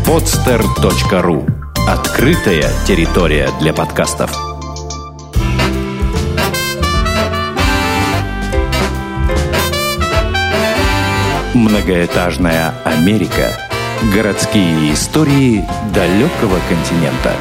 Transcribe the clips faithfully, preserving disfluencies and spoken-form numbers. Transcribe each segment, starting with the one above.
подстер точка ру. Открытая территория для подкастов. Многоэтажная Америка. Городские истории далекого континента.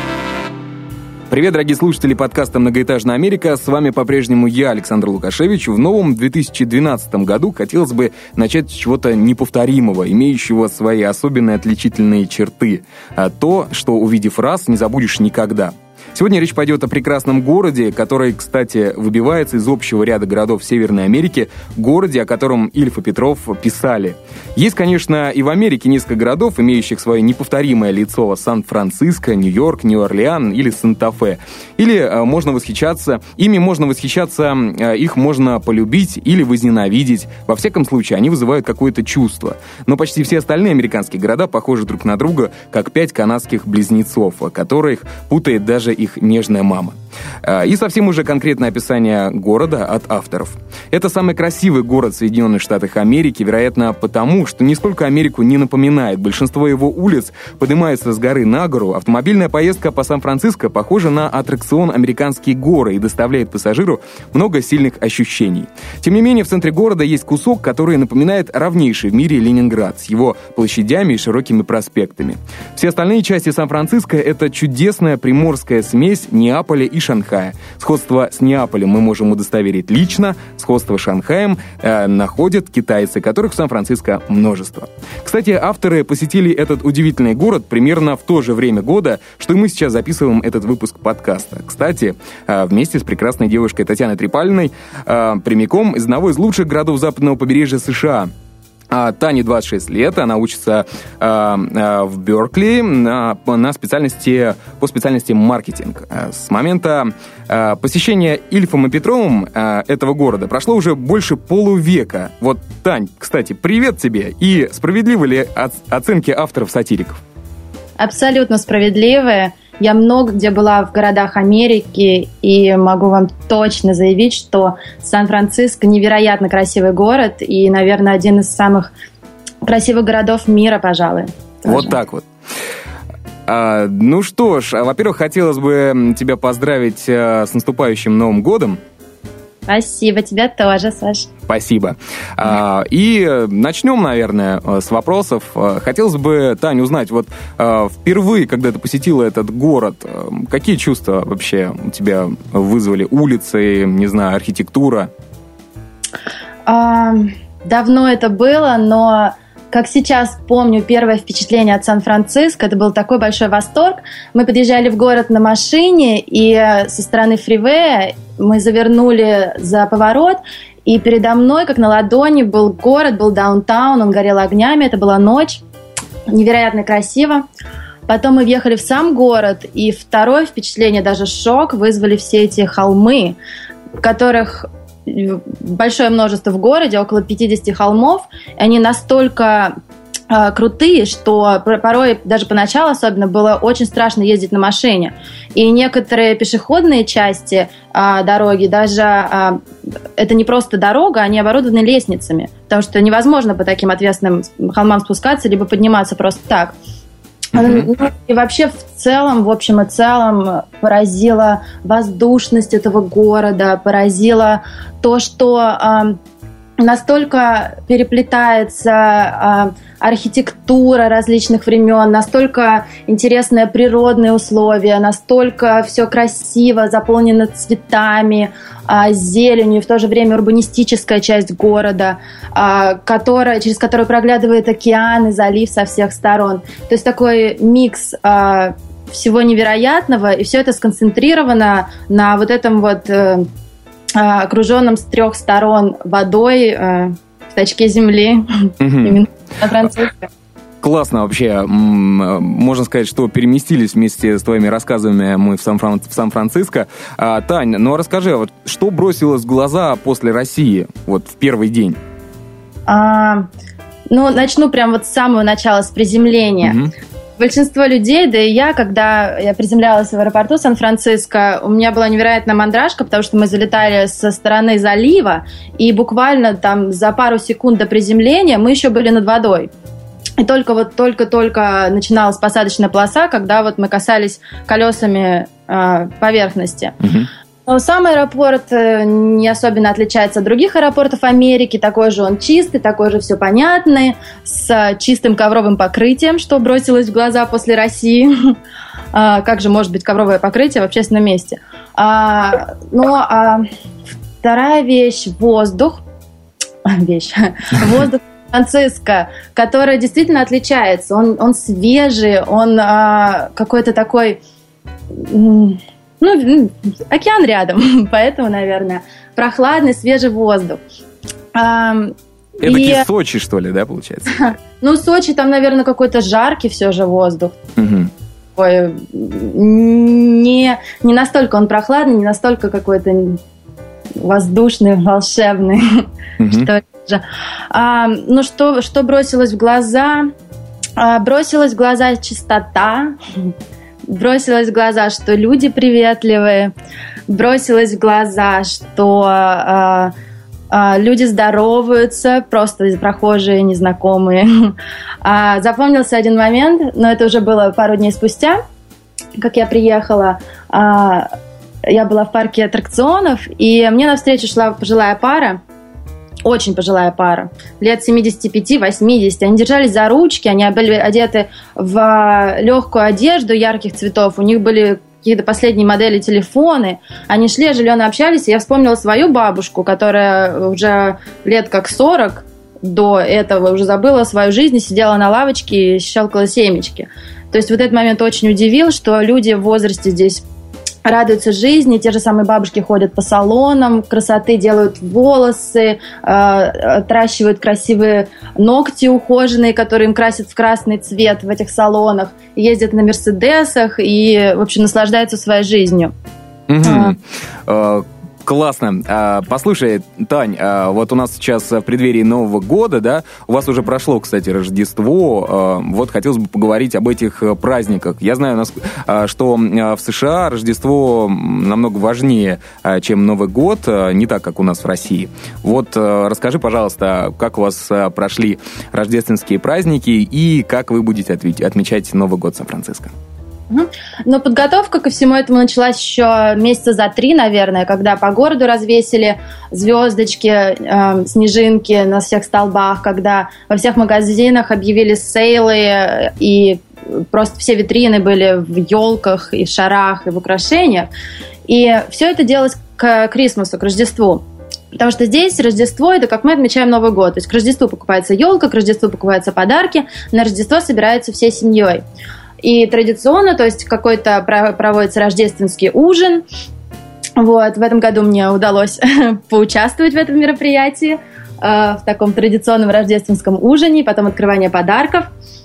Привет, дорогие слушатели подкаста «Многоэтажная Америка». С вами по-прежнему я, Александр Лукашевич. В новом две тысячи двенадцатом году хотелось бы начать с чего-то неповторимого, имеющего свои особенные отличительные черты. А то, что, увидев раз, не забудешь никогда. Сегодня речь пойдет о прекрасном городе, который, кстати, выбивается из общего ряда городов Северной Америки, городе, о котором Ильф и Петров писали. Есть, конечно, и в Америке несколько городов, имеющих свое неповторимое лицо: Сан-Франциско, Нью-Йорк, Нью-Орлеан или Санта-Фе. Или э, можно восхищаться, ими можно восхищаться, э, их можно полюбить или возненавидеть. Во всяком случае, они вызывают какое-то чувство. Но почти все остальные американские города похожи друг на друга, как пять канадских близнецов, которых путает даже их нежная мама. И совсем уже конкретное описание города от авторов. Это самый красивый город в Соединенных Штатах Америки, вероятно, потому, что нисколько Америку не напоминает. Большинство его улиц поднимаются с горы на гору. Автомобильная поездка по Сан-Франциско похожа на аттракцион «Американские горы» и доставляет пассажиру много сильных ощущений. Тем не менее, в центре города есть кусок, который напоминает равнейший в мире Ленинград с его площадями и широкими проспектами. Все остальные части Сан-Франциско — это чудесная приморская смесь Неаполя и Шанхая. Сходство с Неаполем мы можем удостоверить лично, сходство с Шанхаем э, находят китайцы, которых в Сан-Франциско множество. Кстати, авторы посетили этот удивительный город примерно в то же время года, что и мы сейчас записываем этот выпуск подкаста. Кстати, э, вместе с прекрасной девушкой Татьяной Трипалиной э, прямиком из одного из лучших городов западного побережья США. А Тане двадцать шесть лет, она учится э, э, в Беркли на, на специальности, по специальности маркетинг. С момента э, посещения Ильфом и Петровым э, этого города прошло уже больше полувека. Вот, Тань, кстати, привет тебе. И справедливы ли о- оценки авторов-сатириков? Абсолютно справедливые. Я много где была в городах Америки, и могу вам точно заявить, что Сан-Франциско невероятно красивый город и, наверное, один из самых красивых городов мира, пожалуй. Тоже. Вот так вот. А, ну что ж, во-первых, хотелось бы тебя поздравить а, с наступающим Новым годом. Спасибо, тебя тоже, Саш. Спасибо. А, и начнем, наверное, с вопросов. Хотелось бы, Таня, узнать, вот впервые, когда ты посетила этот город, какие чувства вообще у тебя вызвали улицы, не знаю, архитектура? А, давно это было, но... Как сейчас помню, первое впечатление от Сан-Франциско, это был такой большой восторг. Мы подъезжали в город на машине, и со стороны фривея мы завернули за поворот, и передо мной, как на ладони, был город, был даунтаун, он горел огнями, это была ночь, невероятно красиво. Потом мы въехали в сам город, и второе впечатление, даже шок, вызвали все эти холмы, которых... большое множество в городе, около пятьдесят холмов. Они настолько э, крутые, что порой, даже поначалу особенно, было очень страшно ездить на машине. И некоторые пешеходные части э, дороги, даже э, это не просто дорога, они оборудованы лестницами, потому что невозможно по таким отвесным холмам спускаться, либо подниматься просто так. Mm-hmm. Ну, и вообще в целом, в общем и целом, поразила воздушность этого города, поразило то, что э, настолько переплетается э, архитектура различных времен, настолько интересные природные условия, настолько все красиво, заполнено цветами, э, зеленью, в то же время урбанистическая часть города, э, которая, через которую проглядывает океан и залив со всех сторон. То есть такой микс э, всего невероятного, и все это сконцентрировано на вот этом вот э, окруженном с трех сторон водой э, пятачке земли, mm-hmm. именно на Франциско. Классно вообще. Можно сказать, что переместились вместе с твоими рассказами мы в, Сан-Фран... в Сан-Франциско. А, Тань, ну расскажи, вот, что бросилось в глаза после России вот в первый день? А, ну, начну прямо вот с самого начала, с приземления. Mm-hmm. Большинство людей, да и я, когда я приземлялась в аэропорту Сан-Франциско, у меня была невероятная мандражка, потому что мы залетали со стороны залива, и буквально там за пару секунд до приземления мы еще были над водой. И только вот только-только начиналась посадочная полоса, когда вот мы касались колесами э, поверхности. Uh-huh. Но сам аэропорт не особенно отличается от других аэропортов Америки. Такой же он чистый, такой же все понятный, с чистым ковровым покрытием, что бросилось в глаза после России. Как же может быть ковровое покрытие в общественном месте? Ну, а вторая вещь – воздух. Вещь. Воздух Сан-Франциско, который действительно отличается. Он, он свежий, он какой-то такой... Ну, океан рядом, поэтому, наверное, прохладный, свежий воздух. Это и... Сочи, что ли, да, получается? Ну, Сочи, там, наверное, какой-то жаркий все же воздух. Угу. Такой, не, не настолько он прохладный, не настолько какой-то воздушный, волшебный. Угу. Что же. А, ну, что, что бросилось в глаза? А, бросилась в глаза чистота. Бросилось в глаза, что люди приветливые, бросилось в глаза, что э, э, люди здороваются, просто прохожие, незнакомые. А, запомнился один момент, но это уже было пару дней спустя, как я приехала. А, я была в парке аттракционов, и мне навстречу шла пожилая пара, очень пожилая пара, лет семьдесят пять - восемьдесят. Они держались за ручки, они были одеты в легкую одежду ярких цветов, у них были какие-то последние модели телефоны. Они шли, оживленно общались, и я вспомнила свою бабушку, которая уже лет как сорок до этого уже забыла свою жизнь и сидела на лавочке и щелкала семечки. То есть вот этот момент очень удивил, что люди в возрасте здесь радуются жизни, те же самые бабушки ходят по салонам красоты, делают волосы, э, отращивают красивые ногти ухоженные, которые им красят в красный цвет в этих салонах, ездят на мерседесах и, в общем, наслаждаются своей жизнью. Mm-hmm. Uh... Классно. Послушай, Тань, вот у нас сейчас в преддверии Нового года, да, у вас уже прошло, кстати, Рождество. Вот хотелось бы поговорить об этих праздниках. Я знаю, что в США Рождество намного важнее, чем Новый год, не так, как у нас в России. Вот расскажи, пожалуйста, как у вас прошли рождественские праздники и как вы будете отмечать Новый год в Сан-Франциско? Но подготовка ко всему этому началась еще месяца за три, наверное, когда по городу развесили звездочки, э, снежинки на всех столбах, когда во всех магазинах объявили сейлы, и просто все витрины были в елках, и в шарах, и в украшениях. И все это делалось к Крисмасу, к Рождеству. Потому что здесь Рождество – это как мы отмечаем Новый год. То есть к Рождеству покупается елка, к Рождеству покупаются подарки, на Рождество собираются всей семьей. И традиционно, то есть какой-то проводится рождественский ужин. Вот, в этом году мне удалось поучаствовать в этом мероприятии, в таком традиционном рождественском ужине, потом открывание подарков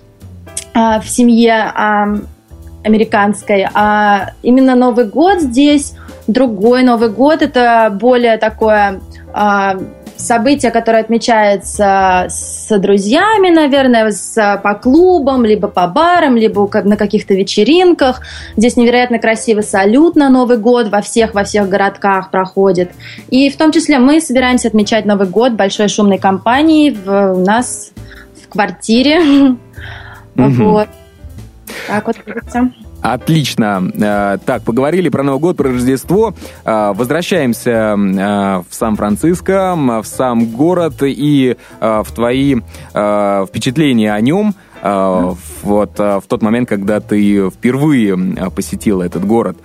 в семье американской. А именно Новый год здесь другой. Новый год – это более такое событие, которое отмечается с друзьями, наверное, с, по клубам, либо по барам, либо на каких-то вечеринках. Здесь невероятно красивый салют на Новый год во всех, во всех городках проходит. И в том числе мы собираемся отмечать Новый год большой шумной компанией в, у нас в квартире. Mm-hmm. Вот. Так вот видится. Отлично. Так, поговорили про Новый год, про Рождество. Возвращаемся в Сан-Франциско, в сам город и в твои впечатления о нем. Вот в тот момент, когда ты впервые посетила этот город.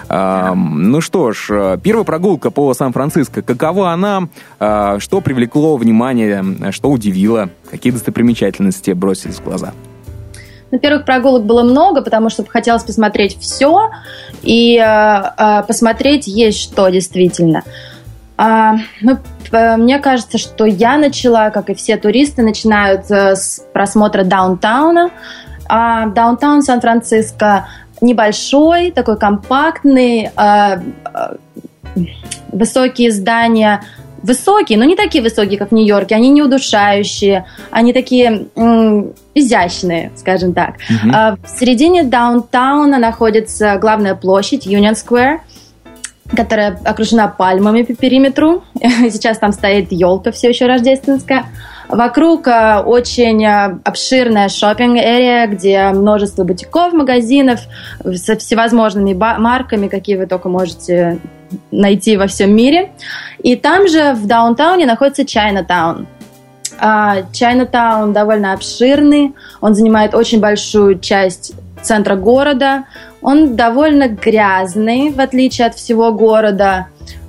Ну что ж, первая прогулка по Сан-Франциско. Какова она? Что привлекло внимание? Что удивило? Какие достопримечательности бросились в глаза? Ну, первых прогулок было много, потому что хотелось посмотреть все, и э, посмотреть есть что действительно. А, ну, мне кажется, что я начала, как и все туристы, начинают с просмотра даунтауна. А даунтаун Сан-Франциско небольшой, такой компактный, э, э, высокие здания. Высокие, но не такие высокие, как в Нью-Йорке. Они не удушающие, они такие м- изящные, скажем так. Mm-hmm. А в середине даунтауна находится главная площадь Union Square, которая окружена пальмами по периметру. Сейчас там стоит елка все еще рождественская. Вокруг очень обширная шоппинг-эрия, где множество бутиков, магазинов со всевозможными марками, какие вы только можете найти во всем мире. И там же в даунтауне находится Чайнатаун. Чайнатаун довольно обширный, он занимает очень большую часть центра города. Он довольно грязный, в отличие от всего города.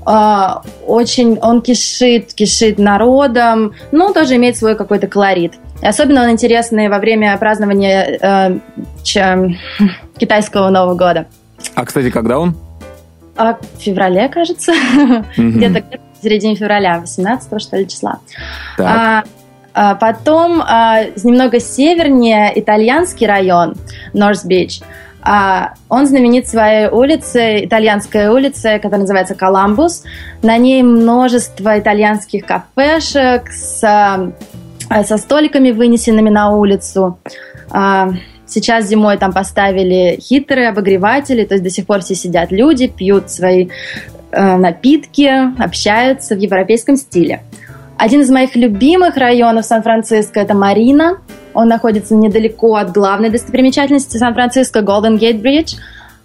Очень он кишит, кишит народом, но тоже имеет свой какой-то колорит. И особенно он интересный во время празднования э, ч, китайского Нового года. А, кстати, когда он? А, в феврале, кажется. Mm-hmm. Где-то, где-то в середине февраля, восемнадцатого, что ли, числа. А, а потом а, немного севернее итальянский район, Норс-Бич. А, он знаменит своей улицей, итальянской улицей, которая называется Коламбус. На ней множество итальянских кафешек с, со столиками, вынесенными на улицу. А, сейчас зимой там поставили хитеры, обогреватели, то есть до сих пор все сидят люди, пьют свои э, напитки, общаются в европейском стиле. Один из моих любимых районов Сан-Франциско – это Марина. Он находится недалеко от главной достопримечательности Сан-Франциско – Golden Gate Bridge.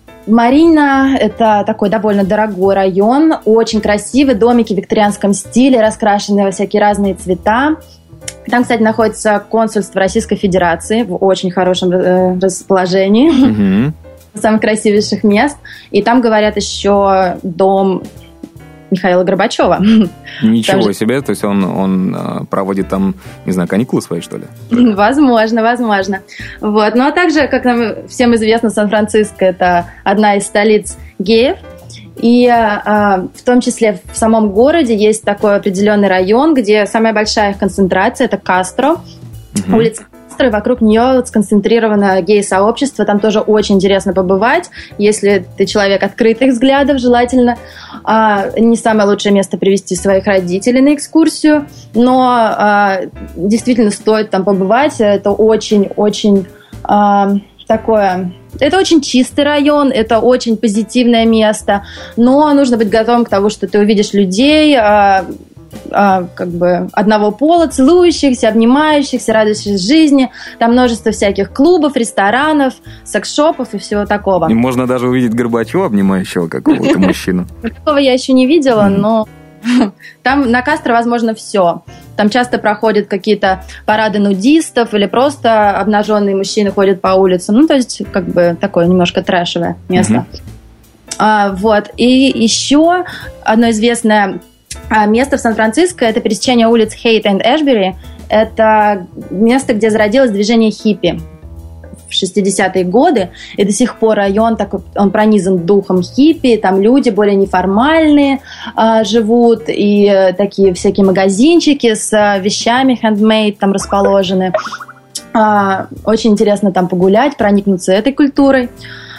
Марина – это такой довольно дорогой район, очень красивый, домики в викторианском стиле, раскрашенные во всякие разные цвета. Там, кстати, находится консульство Российской Федерации в очень хорошем э, расположении, mm-hmm. самых красивейших мест. И там, говорят, еще дом Михаила Горбачева. Ничего же... себе, то есть он, он проводит там, не знаю, каникулы свои, что ли? Возможно, возможно. Вот. Ну, а также, как нам всем известно, Сан-Франциско – это одна из столиц геев. И а, в том числе в самом городе есть такой определенный район, где самая большая их концентрация – это Кастро, mm-hmm. улица Кастро, и вокруг нее сконцентрировано гей-сообщество. Там тоже очень интересно побывать, если ты человек открытых взглядов, желательно. А, не самое лучшее место привести своих родителей на экскурсию, но а, действительно стоит там побывать. Это очень-очень а, такое... Это очень чистый район, это очень позитивное место, но нужно быть готовым к тому, что ты увидишь людей а, а, как бы одного пола, целующихся, обнимающихся, радующихся жизни. Там множество всяких клубов, ресторанов, секс-шопов и всего такого. И можно даже увидеть Горбачева, обнимающего какого-то мужчину. Такого я еще не видела, но там на Кастро возможно все. Там часто проходят какие-то парады нудистов или просто обнаженные мужчины ходят по улицам. Ну, то есть, как бы такое немножко трэшевое место. Mm-hmm. А, вот. И еще одно известное место в Сан-Франциско – это пересечение улиц Хейт и Эшбери. Это место, где зародилось движение хиппи в шестидесятые годы, и до сих пор район такой, он пронизан духом хиппи, там люди более неформальные а, живут, и а, такие всякие магазинчики с а, вещами handmade там расположены. А, очень интересно там погулять, проникнуться этой культурой.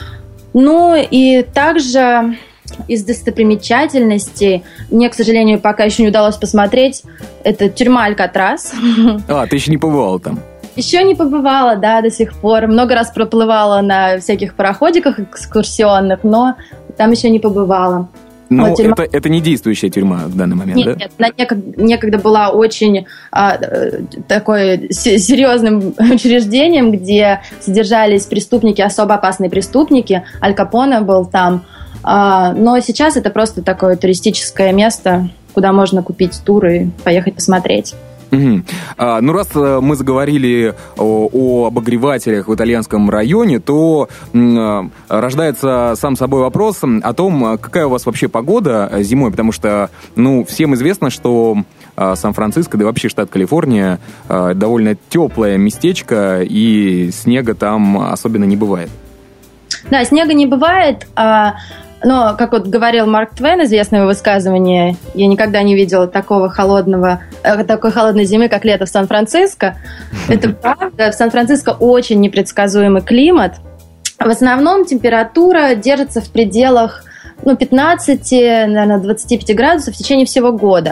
Ну и также из достопримечательностей мне, к сожалению, пока еще не удалось посмотреть, это тюрьма Алькатрас. А, ты еще не побывала там? Еще не побывала, да, до сих пор. Много раз проплывала на всяких пароходиках экскурсионных, но там еще не побывала. Ну, вот, тюрьма... это, это не действующая тюрьма в данный момент, нет, да? Нет, она некогда, некогда была очень а, такой с- серьезным учреждением, где содержались преступники, особо опасные преступники. Аль Капоне был там. А, но сейчас это просто такое туристическое место, куда можно купить тур и поехать посмотреть. Угу. А, ну, раз мы заговорили о, о обогревателях в итальянском районе, то м, рождается сам собой вопрос о том, какая у вас вообще погода зимой, потому что, ну, всем известно, что а, Сан-Франциско, да и вообще штат Калифорния, а, довольно теплое местечко, и снега там особенно не бывает. Да, снега не бывает, а... Но, как вот говорил Марк Твен, известное его высказывание, я никогда не видела такого холодного, э, такой холодной зимы, как лето в Сан-Франциско. Это правда. В Сан-Франциско очень непредсказуемый климат. В основном температура держится в пределах ну, пятнадцати, наверное, двадцати пяти градусов в течение всего года.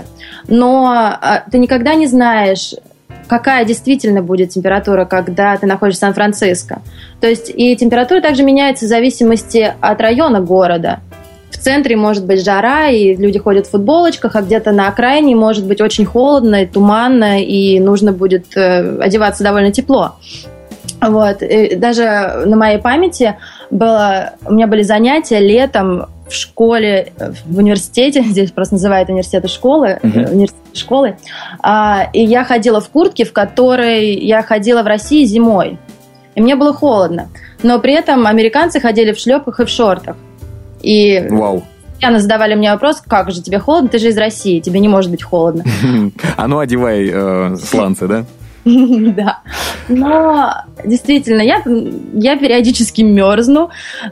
Но э, ты никогда не знаешь, какая действительно будет температура, когда ты находишься в Сан-Франциско. То есть и температура также меняется в зависимости от района города. В в центре может быть жара, и люди ходят в футболочках, а где-то на окраине может быть очень холодно и туманно, и нужно будет э, одеваться довольно тепло. Вот. И даже на моей памяти было, у меня были занятия летом в школе, в университете, здесь просто называют университеты школы, uh-huh. университеты школы, а, и я ходила в куртке, в которой я ходила в России зимой. И мне было холодно. Но при этом американцы ходили в шлепках и в шортах. И Вау. постоянно задавали мне вопрос, как же тебе холодно, ты же из России, тебе не может быть холодно. А ну одевай э, сланцы, да? Да. Но действительно, я, я периодически мерзну.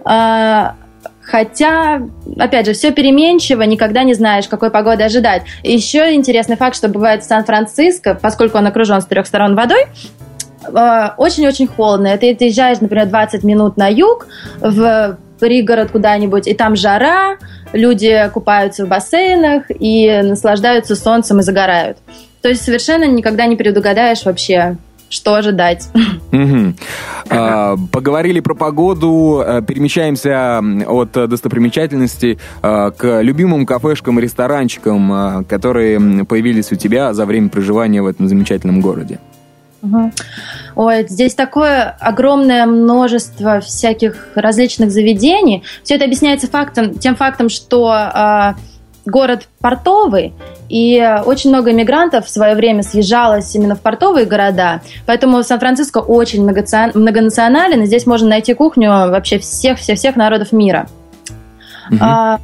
Хотя, опять же, все переменчиво, никогда не знаешь, какой погоды ожидать. И еще интересный факт, что бывает в Сан-Франциско, поскольку он окружен с трех сторон водой, очень-очень холодно. Ты езжаешь, например, двадцать минут на юг, в пригород куда-нибудь, и там жара, люди купаются в бассейнах и наслаждаются солнцем и загорают. То есть совершенно никогда не предугадаешь вообще, что ожидать. Угу. А, поговорили про погоду, перемещаемся от достопримечательностей к любимым кафешкам и ресторанчикам, которые появились у тебя за время проживания в этом замечательном городе. Угу. Ой, здесь такое огромное множество всяких различных заведений. Все это объясняется фактом, тем фактом, что э, город портовый, и очень много иммигрантов в свое время съезжалось именно в портовые города. Поэтому Сан-Франциско очень многонационален, и здесь можно найти кухню вообще всех-всех-всех народов мира. Угу. А,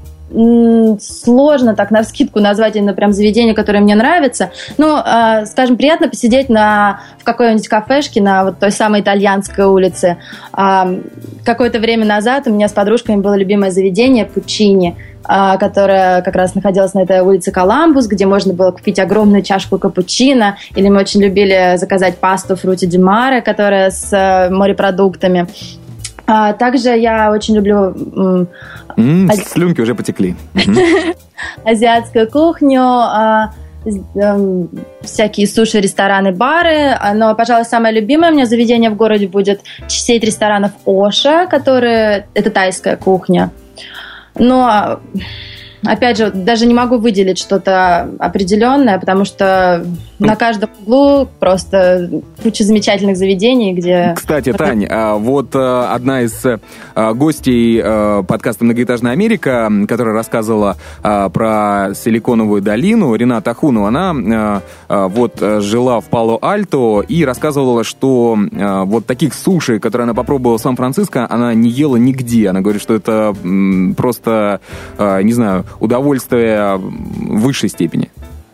сложно так навскидку назвать именно прям заведение, которое мне нравится. Ну, э, скажем, приятно посидеть на, в какой-нибудь кафешке на вот той самой итальянской улице. Э, какое-то время назад у меня с подружками было любимое заведение Пучини, э, которое как раз находилось на этой улице Коламбус, где можно было купить огромную чашку капучино, или мы очень любили заказать пасту фрути ди маре, которая с э, морепродуктами. А также я очень люблю... Mm, ази... Слюнки уже потекли. Азиатскую кухню, а, а, всякие суши, рестораны, бары. Но, пожалуй, самое любимое у меня заведение в городе будет сеть ресторанов Оша, которые... Это тайская кухня. Но... Опять же, даже не могу выделить что-то определенное, потому что на каждом углу просто куча замечательных заведений, где... Кстати, Тань, вот одна из гостей подкаста «Многоэтажная Америка», которая рассказывала про Силиконовую долину, Рената Ахунова, она вот жила в Пало-Альто и рассказывала, что вот таких суши, которые она попробовала в Сан-Франциско, она не ела нигде. Она говорит, что это просто, не знаю, удовольствие в высшей степени.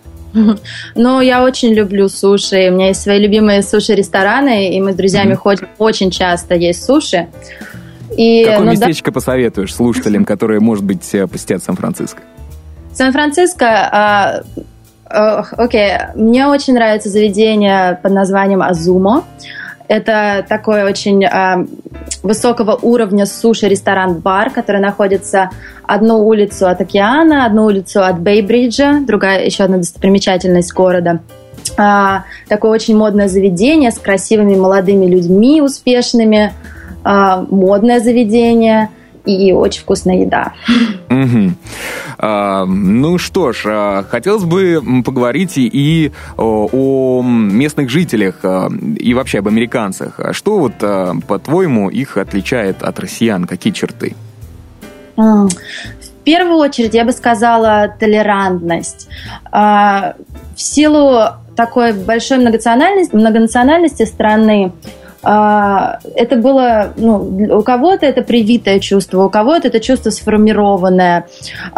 Ну, я очень люблю суши. У меня есть свои любимые суши-рестораны, и мы с друзьями mm-hmm. ходим очень часто есть суши. И, Какое ну, местечко да... посоветуешь слушателям, которые, может быть, посетят Сан-Франциско? Сан-Франциско... А... Окей, okay. Мне очень нравится заведение под названием Азумо. Это такой очень э, высокого уровня суши-ресторан-бар, который находится одну улицу от океана, одну улицу от Бэй-Бриджа, другая еще одна достопримечательность города. Э, такое очень модное заведение с красивыми молодыми людьми, успешными, э, модное заведение и очень вкусная еда. Mm-hmm. А, ну что ж, а, хотелось бы поговорить и о, о местных жителях а, и вообще об американцах. Что вот, а, по-твоему, их отличает от россиян? Какие черты? Mm. В первую очередь я бы сказала толерантность. А, в силу такой большой многонациональности, многонациональности страны, это было, ну, у кого-то это привитое чувство, у кого-то это чувство сформированное.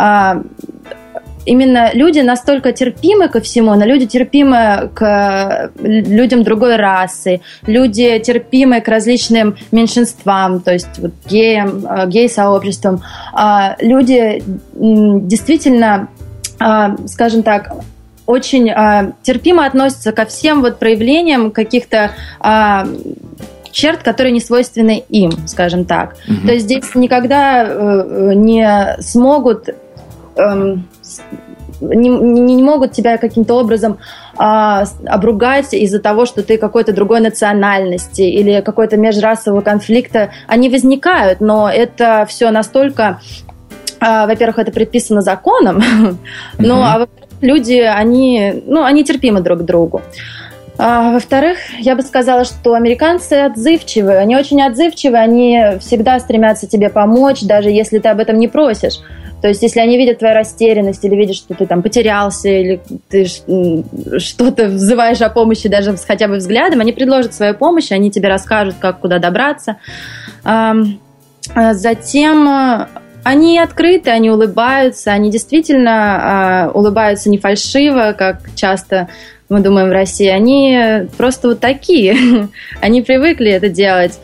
Именно люди настолько терпимы ко всему, но люди терпимы к людям другой расы, люди терпимы к различным меньшинствам, то есть вот геям, гей-сообществам. Люди действительно, скажем так, очень э, терпимо относятся ко всем вот проявлениям каких-то э, черт, которые не свойственны им, скажем так. Mm-hmm. То есть здесь никогда э, не смогут, э, не, не могут тебя каким-то образом э, обругать из-за того, что ты какой-то другой национальности или какой-то межрасового конфликта. Они возникают, но это все настолько... во-первых, это предписано законом, ну, mm-hmm. а во-вторых, люди, они, ну, они терпимы друг к другу. А, во-вторых, я бы сказала, что американцы отзывчивые, они очень отзывчивые, они всегда стремятся тебе помочь, даже если ты об этом не просишь. То есть, если они видят твою растерянность или видят, что ты там потерялся, или ты что-то взываешь о помощи даже хотя бы взглядом, они предложат свою помощь, они тебе расскажут, как куда добраться. А, затем они открыты, они улыбаются, они действительно а, улыбаются не фальшиво, как часто мы думаем в России, они просто вот такие, они привыкли это делать.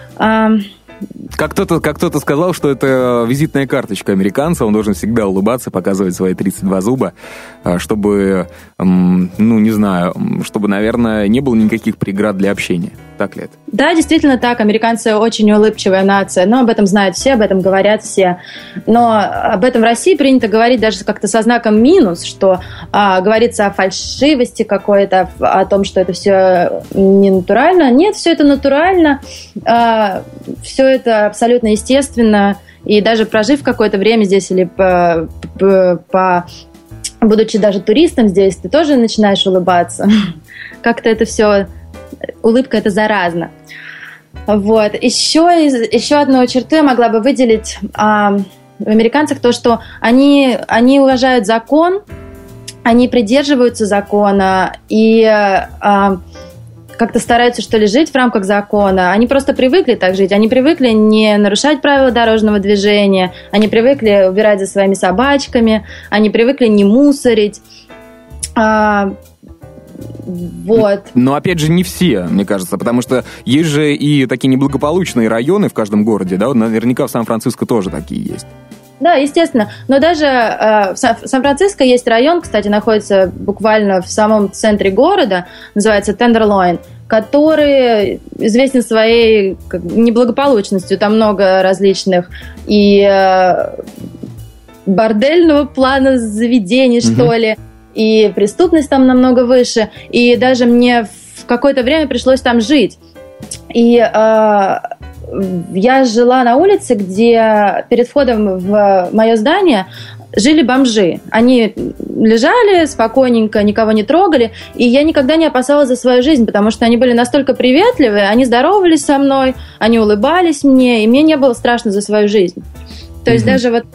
Как кто-то, как кто-то сказал, что это визитная карточка американца, он должен всегда улыбаться, показывать свои тридцать два зуба, чтобы, ну, не знаю, чтобы, наверное, не было никаких преград для общения. Так ли это? Да, действительно так. Американцы очень улыбчивая нация, но об этом знают все, об этом говорят все. Но об этом в России принято говорить даже как-то со знаком минус, что а, говорится о фальшивости какой-то, о том, что это все не натурально. Нет, все это натурально, а, все это абсолютно естественно. И даже прожив какое-то время здесь или по, по, по будучи даже туристом здесь, ты тоже начинаешь улыбаться. Как-то это все... Улыбка – это заразно. Вот. Еще, еще одну черту я могла бы выделить а, в американцах, то, что они, они уважают закон, они придерживаются закона и а, как-то стараются, что ли, жить в рамках закона. Они просто привыкли так жить. Они привыкли не нарушать правила дорожного движения, они привыкли убирать за своими собачками, они привыкли не мусорить. А, Вот. Но, опять же, не все, мне кажется, потому что есть же и такие неблагополучные районы в каждом городе, да, вот наверняка в Сан-Франциско тоже такие есть. Да, естественно. Но даже э, в Сан-Франциско есть район, кстати, находится буквально в самом центре города, называется Тендерлойн, который известен своей как, неблагополучностью. Там много различных и э, бордельного плана заведений, mm-hmm. что ли, и преступность там намного выше, и даже мне в какое-то время пришлось там жить. И э, я жила на улице, где перед входом в мое здание жили бомжи. Они лежали спокойненько, никого не трогали, и я никогда не опасалась за свою жизнь, потому что они были настолько приветливые, они здоровались со мной, они улыбались мне, и мне не было страшно за свою жизнь. То есть mm-hmm. даже вот...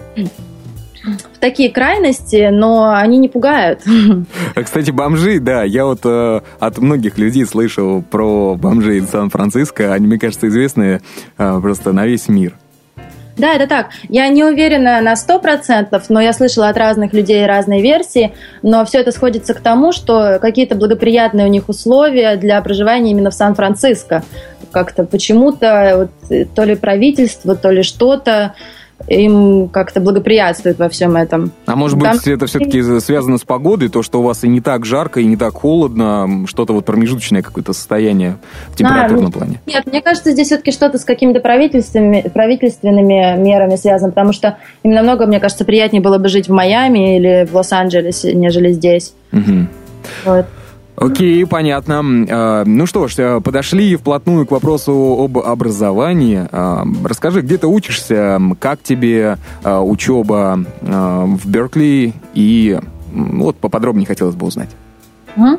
в такие крайности, но они не пугают. Кстати, бомжи, да, я вот э, от многих людей слышал про бомжей из Сан-Франциско, они, мне кажется, известны э, просто на весь мир. Да, это так. Я не уверена на сто процентов, но я слышала от разных людей разные версии, но все это сходится к тому, что какие-то благоприятные у них условия для проживания именно в Сан-Франциско. Как-то почему-то вот, то ли правительство, то ли что-то им как-то благоприятствует во всем этом. А может быть, Там... это все-таки связано с погодой, то, что у вас и не так жарко, и не так холодно, что-то вот промежуточное какое-то состояние в температурном а, плане? Нет, мне кажется, здесь все-таки что-то с какими-то правительственными, правительственными мерами связано, потому что им намного, мне кажется, приятнее было бы жить в Майами или в Лос-Анджелесе, нежели здесь. Угу. Вот. Окей, понятно. Ну что ж, подошли вплотную к вопросу об образовании. Расскажи, где ты учишься, как тебе учеба в Беркли, и вот поподробнее хотелось бы узнать. Ну,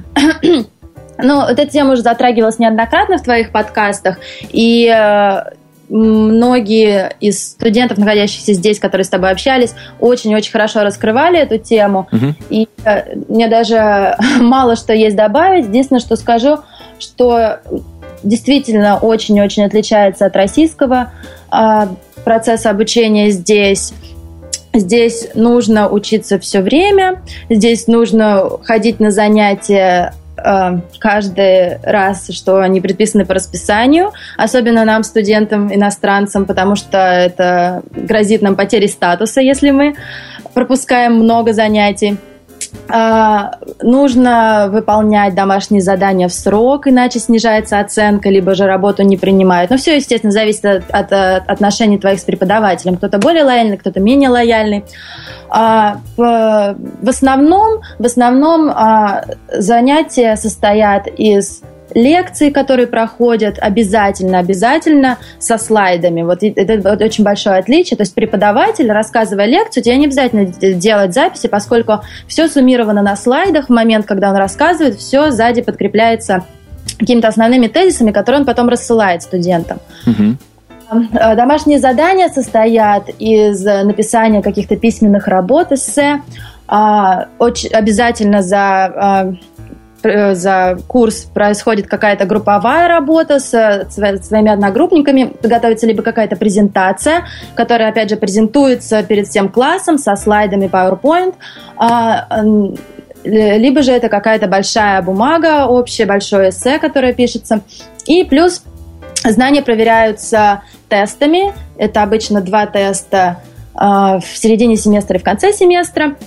эта тема уже затрагивалась неоднократно в твоих подкастах, и многие из студентов, находящихся здесь, которые с тобой общались, очень-очень хорошо раскрывали эту тему. Uh-huh. И э, мне даже мало что есть добавить. Единственное, что скажу, что действительно очень-очень отличается от российского э, процесса обучения здесь. Здесь нужно учиться все время, здесь нужно ходить на занятия каждый раз, что они предписаны по расписанию, особенно нам, студентам, иностранцам, потому что это грозит нам потерей статуса, если мы пропускаем много занятий. Нужно выполнять домашние задания в срок, иначе снижается оценка, либо же работу не принимают. Но все, естественно, зависит от, от, от отношений твоих с преподавателем. Кто-то более лояльный, кто-то менее лояльный. А, в, в основном, в основном а, занятия состоят из лекции, которые проходят обязательно, обязательно со слайдами. Вот это вот очень большое отличие. То есть преподаватель, рассказывая лекцию, тебе не обязательно делать записи, поскольку все суммировано на слайдах. В момент, когда он рассказывает, все сзади подкрепляется какими-то основными тезисами, которые он потом рассылает студентам. Угу. Домашние задания состоят из написания каких-то письменных работ, эссе. Очень обязательно за, за курс происходит какая-то групповая работа с своими одногруппниками. Готовится либо какая-то презентация, которая, опять же, презентуется перед всем классом со слайдами PowerPoint, либо же это какая-то большая бумага, общее большое эссе, которое пишется. И плюс знания проверяются тестами. Это обычно два теста в середине семестра и в конце семестра.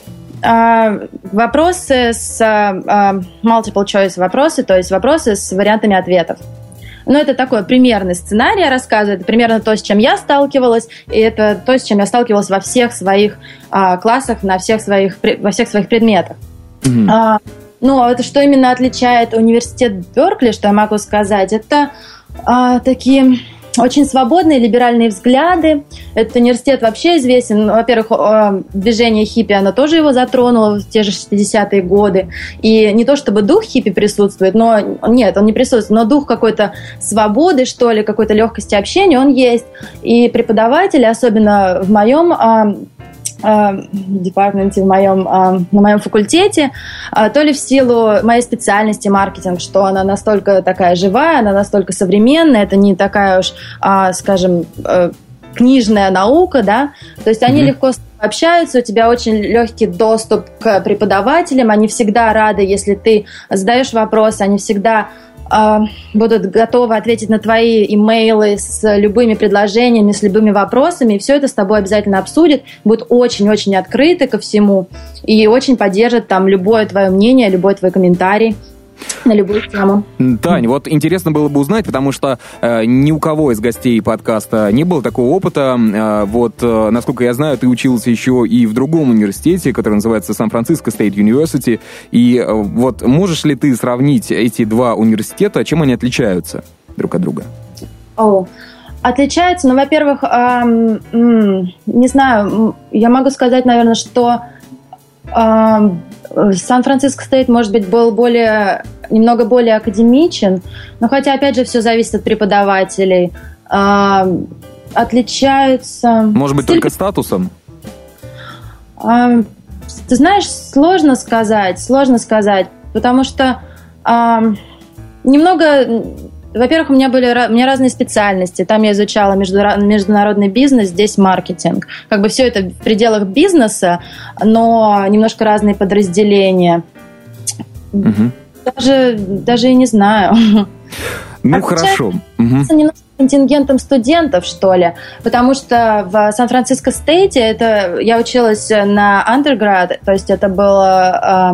Вопросы с multiple choice вопросы, то есть вопросы с вариантами ответов. Но это такой примерный сценарий, я рассказываю. Это примерно то, с чем я сталкивалась, и это то, с чем я сталкивалась во всех своих классах, на всех своих, во всех своих предметах. Mm-hmm. А, ну, это что именно отличает университет Беркли, что я могу сказать, это а, такие очень свободные либеральные взгляды. Этот университет вообще известен. Ну, во-первых, движение хиппи, оно тоже его затронуло в те же шестидесятые годы. И не то чтобы дух хиппи присутствует, но нет, он не присутствует, но дух какой-то свободы, что ли, какой-то легкости общения, он есть. И преподаватели, особенно в моем департаменте, в моем, на моем факультете, то ли в силу моей специальности маркетинг, что она настолько такая живая, она настолько современная, это не такая уж, скажем, книжная наука, да, то есть они mm-hmm. легко общаются, у тебя очень легкий доступ к преподавателям, они всегда рады, если ты задаешь вопросы, они всегда будут готовы ответить на твои имейлы с любыми предложениями, с любыми вопросами, и все это с тобой обязательно обсудят, будут очень-очень открыты ко всему и очень поддержат там любое твое мнение, любой твой комментарий на любую тему. Тань, вот интересно было бы узнать, потому что э, ни у кого из гостей подкаста не было такого опыта. Э, вот, э, насколько я знаю, ты учился еще и в другом университете, который называется Сан-Франциско Стейт Юниверсити. И э, вот можешь ли ты сравнить эти два университета, чем они отличаются друг от друга? О, отличаются, ну, во-первых, э, э, не знаю, я могу сказать, наверное, что э, Сан-Франциско Стейт, может быть, был более, немного более академичен, но хотя, опять же, все зависит от преподавателей. А, отличаются... Может быть, только статусом? А, ты знаешь, сложно сказать, сложно сказать, потому что а, немного... Во-первых, у меня были у меня разные специальности. Там я изучала международный бизнес, здесь маркетинг. Как бы все это в пределах бизнеса, но немножко разные подразделения. Угу. Даже, даже и не знаю. Ну, а хорошо. Угу. Немножко контингентом студентов, что ли. Потому что в Сан-Франциско Стейте это, я училась на undergrad, то есть это было...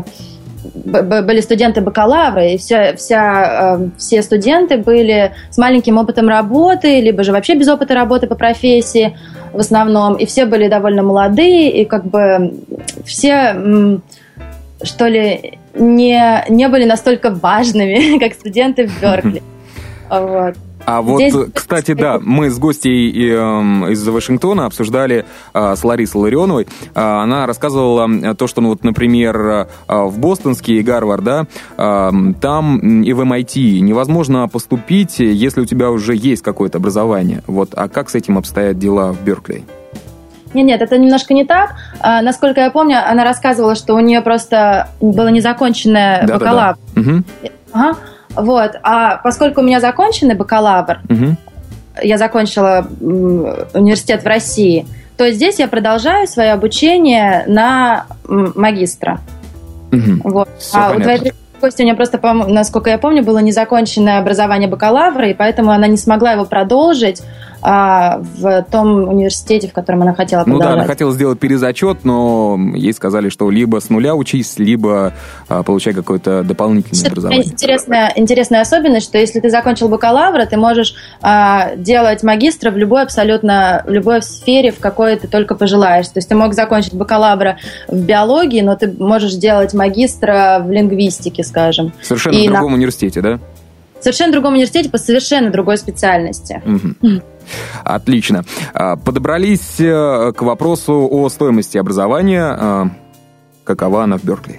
были студенты бакалавра, и все, вся, э, все студенты были с маленьким опытом работы, либо же вообще без опыта работы по профессии в основном, и все были довольно молодые, и как бы все, м, что ли, не, не были настолько важными, как студенты в Беркли. Вот. А вот, Здесь... кстати, да, мы с гостьей э, из Вашингтона обсуждали э, с Ларисой Ларионовой. Э, она рассказывала то, что, ну, вот, например, э, в Бостонский Гарвард, да, э, там и в эм ай ти невозможно поступить, если у тебя уже есть какое-то образование. Вот, а как с этим обстоят дела в Беркли? Нет, нет, это немножко не так. А, насколько я помню, она рассказывала, что у нее просто было незаконченное да, бакалавр. Да, да. Угу. Ага. Вот, а поскольку у меня законченный бакалавр, угу. я закончила университет в России, то здесь я продолжаю свое обучение на магистра. Угу. Вот. А понятно. У твоей гости у нее просто, насколько я помню, было незаконченное образование бакалавра, и поэтому она не смогла его продолжить а, в том университете, в котором она хотела продолжать. Ну да, она хотела сделать перезачет, но ей сказали, что либо с нуля учись, либо а, получай какое-то дополнительное Это образование. Интересная, интересная особенность, что если ты закончил бакалавра, ты можешь а, делать магистра в любой абсолютно, в любой сфере, в какой ты только пожелаешь. То есть ты мог закончить бакалавра в биологии, но ты можешь делать магистра в лингвистике, скажем. Совершенно и в другом на... университете, да? совершенно другом университете по совершенно другой специальности. Угу. Отлично. Подобрались к вопросу о стоимости образования. Какова она в Беркли?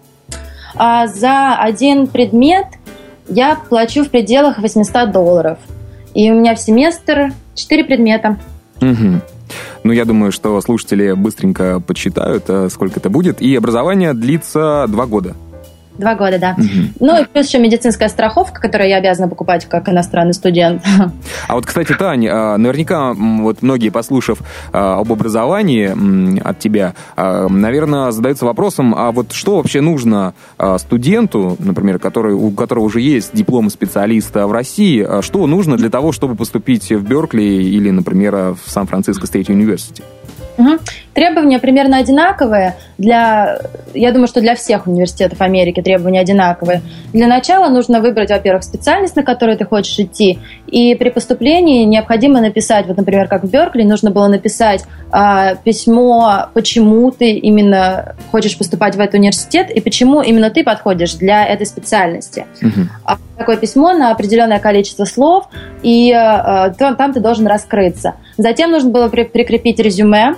За один предмет я плачу в пределах восемьсот долларов. И у меня в семестр четыре предмета. Угу. Ну, я думаю, что слушатели быстренько подсчитают, сколько это будет. И образование длится два года. Два года, да. Угу. Ну, и плюс еще медицинская страховка, которую я обязана покупать как иностранный студент. А вот, кстати, Тань, наверняка вот многие, послушав об образовании от тебя, наверное, задаются вопросом, а вот что вообще нужно студенту, например, который, у которого уже есть диплом специалиста в России, что нужно для того, чтобы поступить в Беркли или, например, в Сан-Франциско Стейт Университи? Угу. Требования примерно одинаковые. Для, я думаю, что для всех университетов Америки требования одинаковые. Для начала нужно выбрать, во-первых, специальность, на которую ты хочешь идти. И при поступлении необходимо написать, вот, например, как в Беркли, нужно было написать э, письмо, почему ты именно хочешь поступать в этот университет и почему именно ты подходишь для этой специальности. Угу. Такое письмо на определенное количество слов, и э, там ты должен раскрыться. Затем нужно было при, прикрепить резюме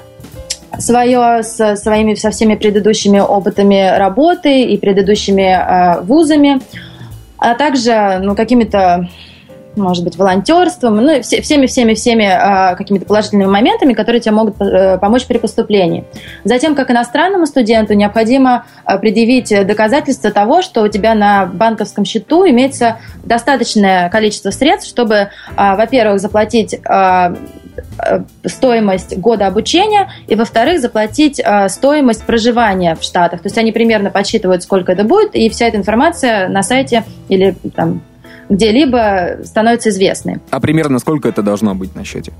свое со своими со всеми предыдущими опытами работы и предыдущими э, вузами, а также ну, какими-то, может быть, волонтерством, ну, все, всеми, всеми, всеми э, какими-то положительными моментами, которые тебе могут э, помочь при поступлении. Затем, как иностранному студенту, необходимо э, предъявить доказательства того, что у тебя на банковском счету имеется достаточное количество средств, чтобы, э, во-первых, заплатить э, стоимость года обучения и, во-вторых, заплатить э, стоимость проживания в Штатах. То есть они примерно подсчитывают, сколько это будет, и вся эта информация на сайте или там где-либо становится известной. А примерно сколько это должно быть на счете?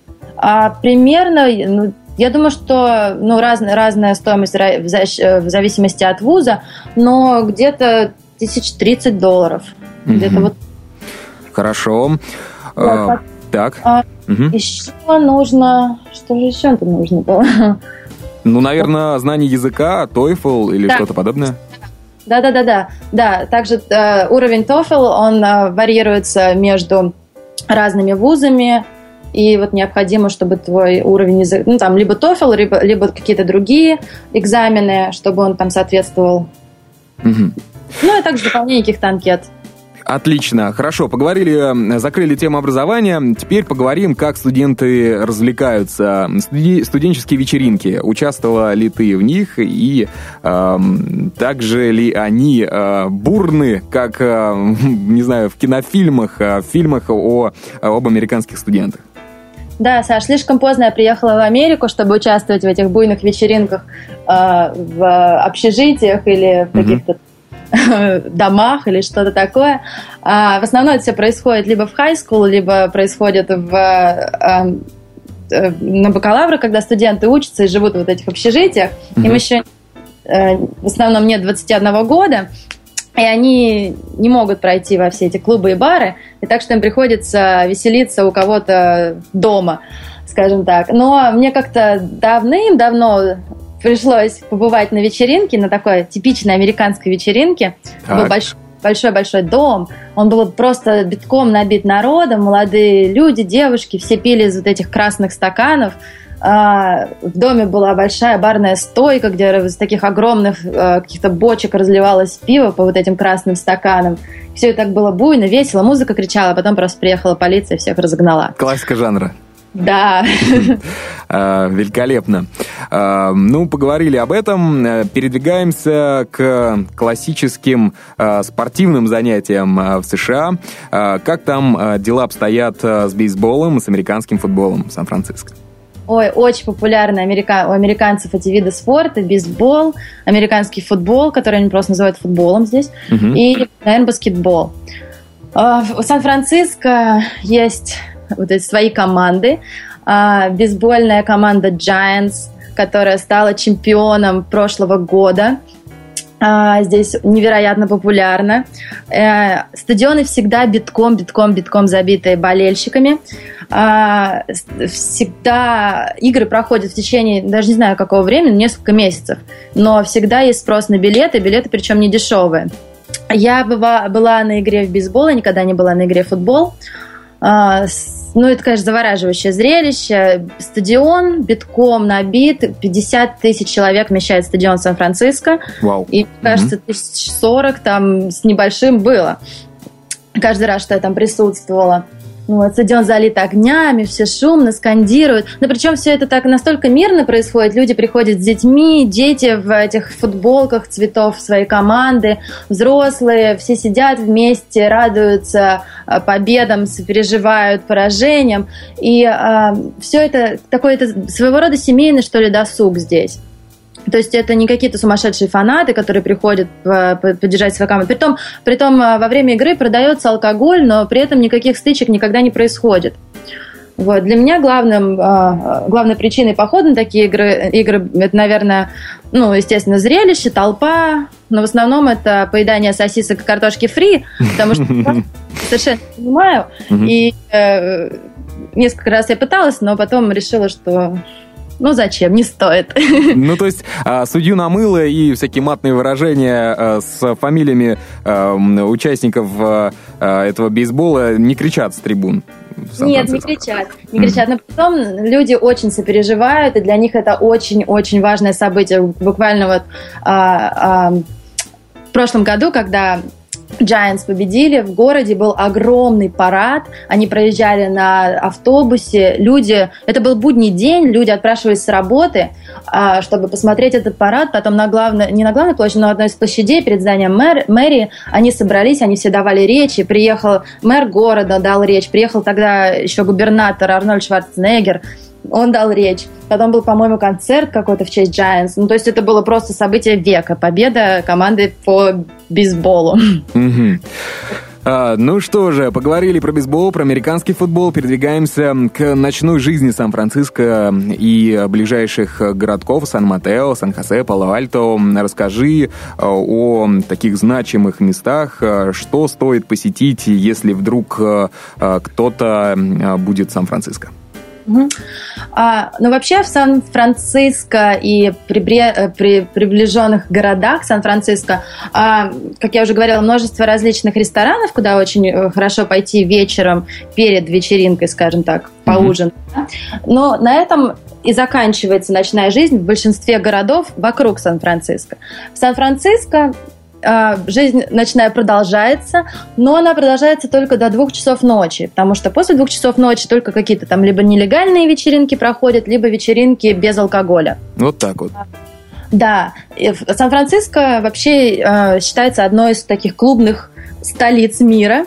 А, примерно, ну, я думаю, что ну, разная, разная стоимость в, за, в зависимости от вуза, но где-то тысяч тридцать долларов. Mm-hmm. Где-то вот. Хорошо. Вот, а, так. А, угу. Еще нужно... Что же еще нужно было? Ну, наверное, знание языка, TOEFL или да. что-то подобное. Да-да-да-да. Да, также э, уровень TOEFL, он э, варьируется между разными вузами, и вот необходимо, чтобы твой уровень языка... Ну, там, либо TOEFL, либо, либо какие-то другие экзамены, чтобы он там соответствовал. Угу. Ну, и также дополнение каких-то анкет. Отлично, хорошо, поговорили, закрыли тему образования. Теперь поговорим, как студенты развлекаются. Студи- студенческие вечеринки. Участвовала ли ты в них? И э, также ли они э, бурны, как, э, не знаю, в кинофильмах, э, в фильмах о, об американских студентах? Да, Саш, слишком поздно я приехала в Америку, чтобы участвовать в этих буйных вечеринках э, в общежитиях или в каких-то домах или что-то такое. А, в основном это все происходит либо в хай-скул, либо происходит в, а, а, на бакалавре, когда студенты учатся и живут в вот этих общежитиях. Mm-hmm. Им еще а, в основном нет двадцати одного года, и они не могут пройти во все эти клубы и бары, и так что им приходится веселиться у кого-то дома, скажем так. Но мне как-то давным-давно пришлось побывать на вечеринке, на такой типичной американской вечеринке. Был большой-большой дом. Он был просто битком набит народом. Молодые люди, девушки, все пили из вот этих красных стаканов. В доме была большая барная стойка, где из таких огромных каких-то бочек разливалось пиво по вот этим красным стаканам. Все это так было буйно, весело. Музыка кричала, а потом просто приехала полиция и всех разогнала. Классика жанра. Да. Великолепно. Ну, поговорили об этом. Передвигаемся к классическим спортивным занятиям в США. Как там дела обстоят с бейсболом, с американским футболом в Сан-Франциско? Ой, очень популярны америка... у американцев эти виды спорта: бейсбол, американский футбол, который они просто называют футболом здесь, угу. и, наверное, баскетбол. В Сан-Франциско есть вот эти свои команды. Бейсбольная команда Giants, которая стала чемпионом прошлого года. Здесь невероятно популярна. Стадионы всегда битком, битком, битком забитые болельщиками. Всегда игры проходят в течение, даже не знаю какого времени, несколько месяцев. Но всегда есть спрос на билеты, билеты причем не дешевые. Я была, была на игре в бейсбол, я никогда не была на игре в футбол. А, с, ну, это, конечно, завораживающее зрелище. Стадион битком набит, пятьдесят тысяч человек вмещает стадион Сан-Франциско. Вау. И, кажется, тысяч сорок там с небольшим было. Каждый раз, что я там присутствовала. Вот, стадион залит огнями, все шумно, скандируют. Но причем все это так настолько мирно происходит. Люди приходят с детьми, дети в этих футболках цветов своей команды, взрослые, все сидят вместе, радуются победам, сопереживают поражениям. И э, все это такой это своего рода семейный, что ли, досуг здесь. То есть это не какие-то сумасшедшие фанаты, которые приходят поддержать свою команду. Притом, притом во время игры продается алкоголь, но при этом никаких стычек никогда не происходит. Вот. Для меня главным, главной причиной похода на такие игры, игры это, наверное, ну, естественно, зрелище, толпа, но в основном это поедание сосисок и картошки фри, потому что совершенно не понимаю. И несколько раз я пыталась, но потом решила, что... Ну, зачем? Не стоит. Ну, то есть, судью намыло и всякие матные выражения с фамилиями участников этого бейсбола не кричат с трибун? Нет, не кричат. Не кричат. Но потом люди очень сопереживают, и для них это очень-очень важное событие. Буквально вот а, а, в прошлом году, когда Giants победили, в городе был огромный парад, они проезжали на автобусе, люди, это был будний день, люди отпрашивались с работы, чтобы посмотреть этот парад, потом на главной, не на главной площади, но на одной из площадей перед зданием мэр, мэрии, они собрались, они все давали речи, приехал мэр города, дал речь, приехал тогда еще губернатор Арнольд Шварценеггер, он дал речь. Потом был, по-моему, концерт какой-то в честь Giants. Ну, то есть это было просто событие века. Победа команды по бейсболу. Mm-hmm. А, ну что же, поговорили про бейсбол, про американский футбол. Передвигаемся к ночной жизни Сан-Франциско и ближайших городков Сан-Матео, Сан-Хосе, Пало-Альто. Расскажи о таких значимых местах, что стоит посетить, если вдруг кто-то будет в Сан-Франциско. Угу. А, ну, вообще в Сан-Франциско и прибре... при приближенных городах Сан-Франциско, а, как я уже говорила, множество различных ресторанов, куда очень хорошо пойти вечером перед вечеринкой, скажем так, поужинать. Угу. Но на этом и заканчивается ночная жизнь в большинстве городов вокруг Сан-Франциско. В Сан-Франциско жизнь ночная продолжается, но она продолжается только до двух часов ночи, потому что после двух часов ночи только какие-то там либо нелегальные вечеринки проходят, либо вечеринки без алкоголя. Вот так вот. Да. Сан-Франциско вообще э, считается одной из таких клубных столиц мира,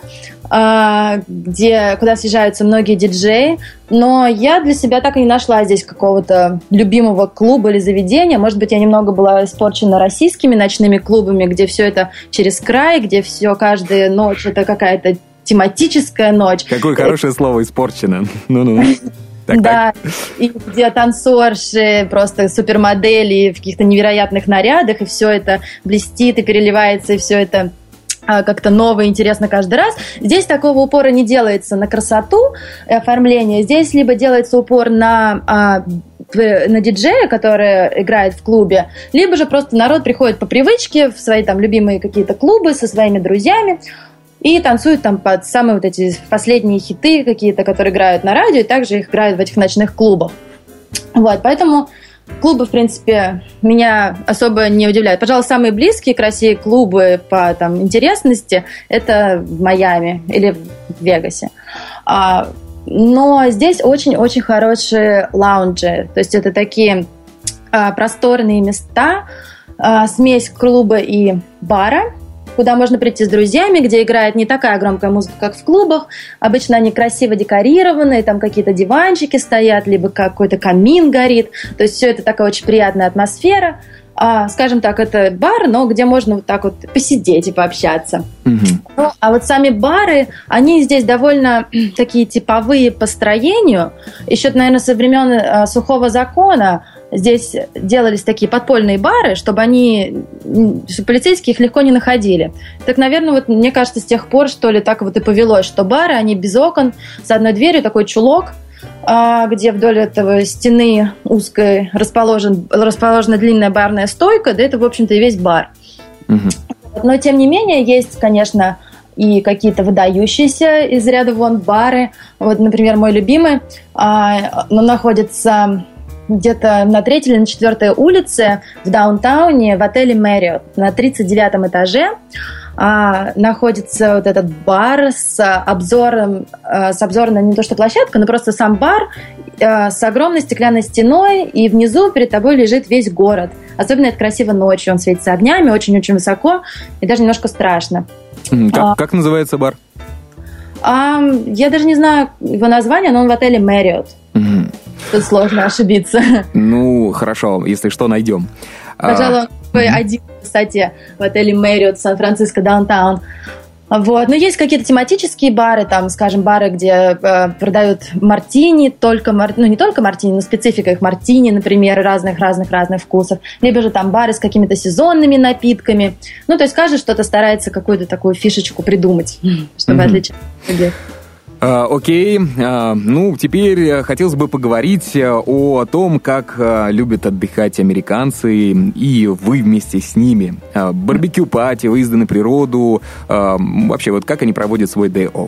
э, где, куда съезжаются многие диджеи, но я для себя так и не нашла здесь какого-то любимого клуба или заведения. Может быть, я немного была испорчена российскими ночными клубами, где все это через край, где все каждая ночь это какая-то тематическая ночь. Какое хорошее слово «испорчено». Ну-ну. Так, да, так. И где танцорши, просто супермодели в каких-то невероятных нарядах, и все это блестит и переливается, и все это а, как-то ново и интересно каждый раз. Здесь такого упора не делается на красоту и оформление. Здесь либо делается упор на, а, на диджея, который играет в клубе, либо же просто народ приходит по привычке в свои там любимые какие-то клубы со своими друзьями, и танцуют там под самые вот эти последние хиты какие-то, которые играют на радио, и также их играют в этих ночных клубах. Вот, поэтому клубы, в принципе, меня особо не удивляют. Пожалуй, самые близкие к России клубы по там, интересности – это в Майами или в Вегасе. А, но здесь очень-очень хорошие лаунжи. То есть это такие а, просторные места, а, смесь клуба и бара, куда можно прийти с друзьями, где играет не такая громкая музыка, как в клубах. Обычно они красиво декорированы, там какие-то диванчики стоят, либо какой-то камин горит. То есть все это такая очень приятная атмосфера. А, скажем так, это бар, но где можно вот так вот посидеть и пообщаться. Mm-hmm. Ну, а вот сами бары, они здесь довольно такие типовые по строению. Еще, наверное, со времен а, Сухого закона здесь делались такие подпольные бары, чтобы они, чтобы полицейские их легко не находили. Так, наверное, вот мне кажется, с тех пор, что ли, так вот и повелось, что бары, они без окон, с одной дверью, такой чулок, где вдоль этого стены узкой расположен, расположена длинная барная стойка, да это, в общем-то, и весь бар. Угу. Но, тем не менее, есть, конечно, и какие-то выдающиеся из ряда вон бары. Вот, например, мой любимый, а, он находится где-то на третьей или на четвертой улице в даунтауне в отеле Marriott на тридцать девятом этаже. А, находится вот этот бар с обзором, а, с обзором на не то что площадка, но просто сам бар а, с огромной стеклянной стеной, и внизу перед тобой лежит весь город. Особенно это красиво ночью, он светится огнями, очень-очень высоко, и даже немножко страшно. Как, а, как называется бар? А, я даже не знаю его название, но он в отеле Marriott. Mm. Тут сложно ошибиться. Ну, хорошо, если что, найдем. Пожалуй, он такой mm-hmm. один, кстати, в отеле Marriott Сан-Франциско Даунтаун. Вот. Но есть какие-то тематические бары, там, скажем, бары, где э, продают мартини, только мар... ну не только мартини, но специфика их мартини, например, разных-разных-разных вкусов. Либо же там бары с какими-то сезонными напитками. Ну, то есть каждый что-то старается какую-то такую фишечку придумать, чтобы mm-hmm. отличаться от других. А, окей, а, ну, теперь хотелось бы поговорить о том, как а, любят отдыхать американцы, и вы вместе с ними. А, барбекю-пати, выезды на природу, а, вообще, вот как они проводят свой day off?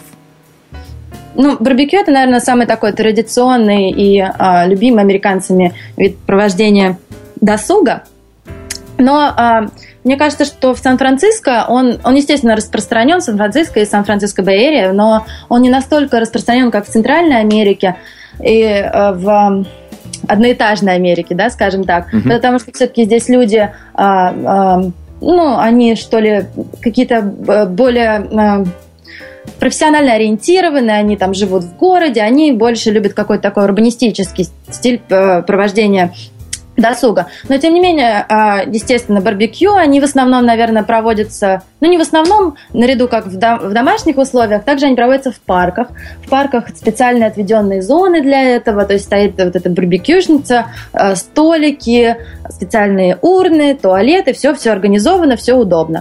Ну, барбекю – это, наверное, самый такой традиционный и а, любимый американцами вид провождения досуга. Но а, мне кажется, что в Сан-Франциско, он, он, естественно, распространен, Сан-Франциско и Сан-Франциско Бэй-Эрия, но он не настолько распространен, как в Центральной Америке и а, в одноэтажной Америке, да, скажем так. Mm-hmm. Потому что все-таки здесь люди, а, а, ну, они, что ли, какие-то более... А, профессионально ориентированы, они там живут в городе, они больше любят какой-то такой урбанистический стиль э, провождения досуга. Но, тем не менее, естественно, барбекю, они в основном, наверное, проводятся, ну, не в основном, наряду как в, дом, в домашних условиях, также они проводятся в парках. В парках специально отведенные зоны для этого, то есть стоит вот эта барбекюшница, столики, специальные урны, туалеты, все-все организовано, все удобно.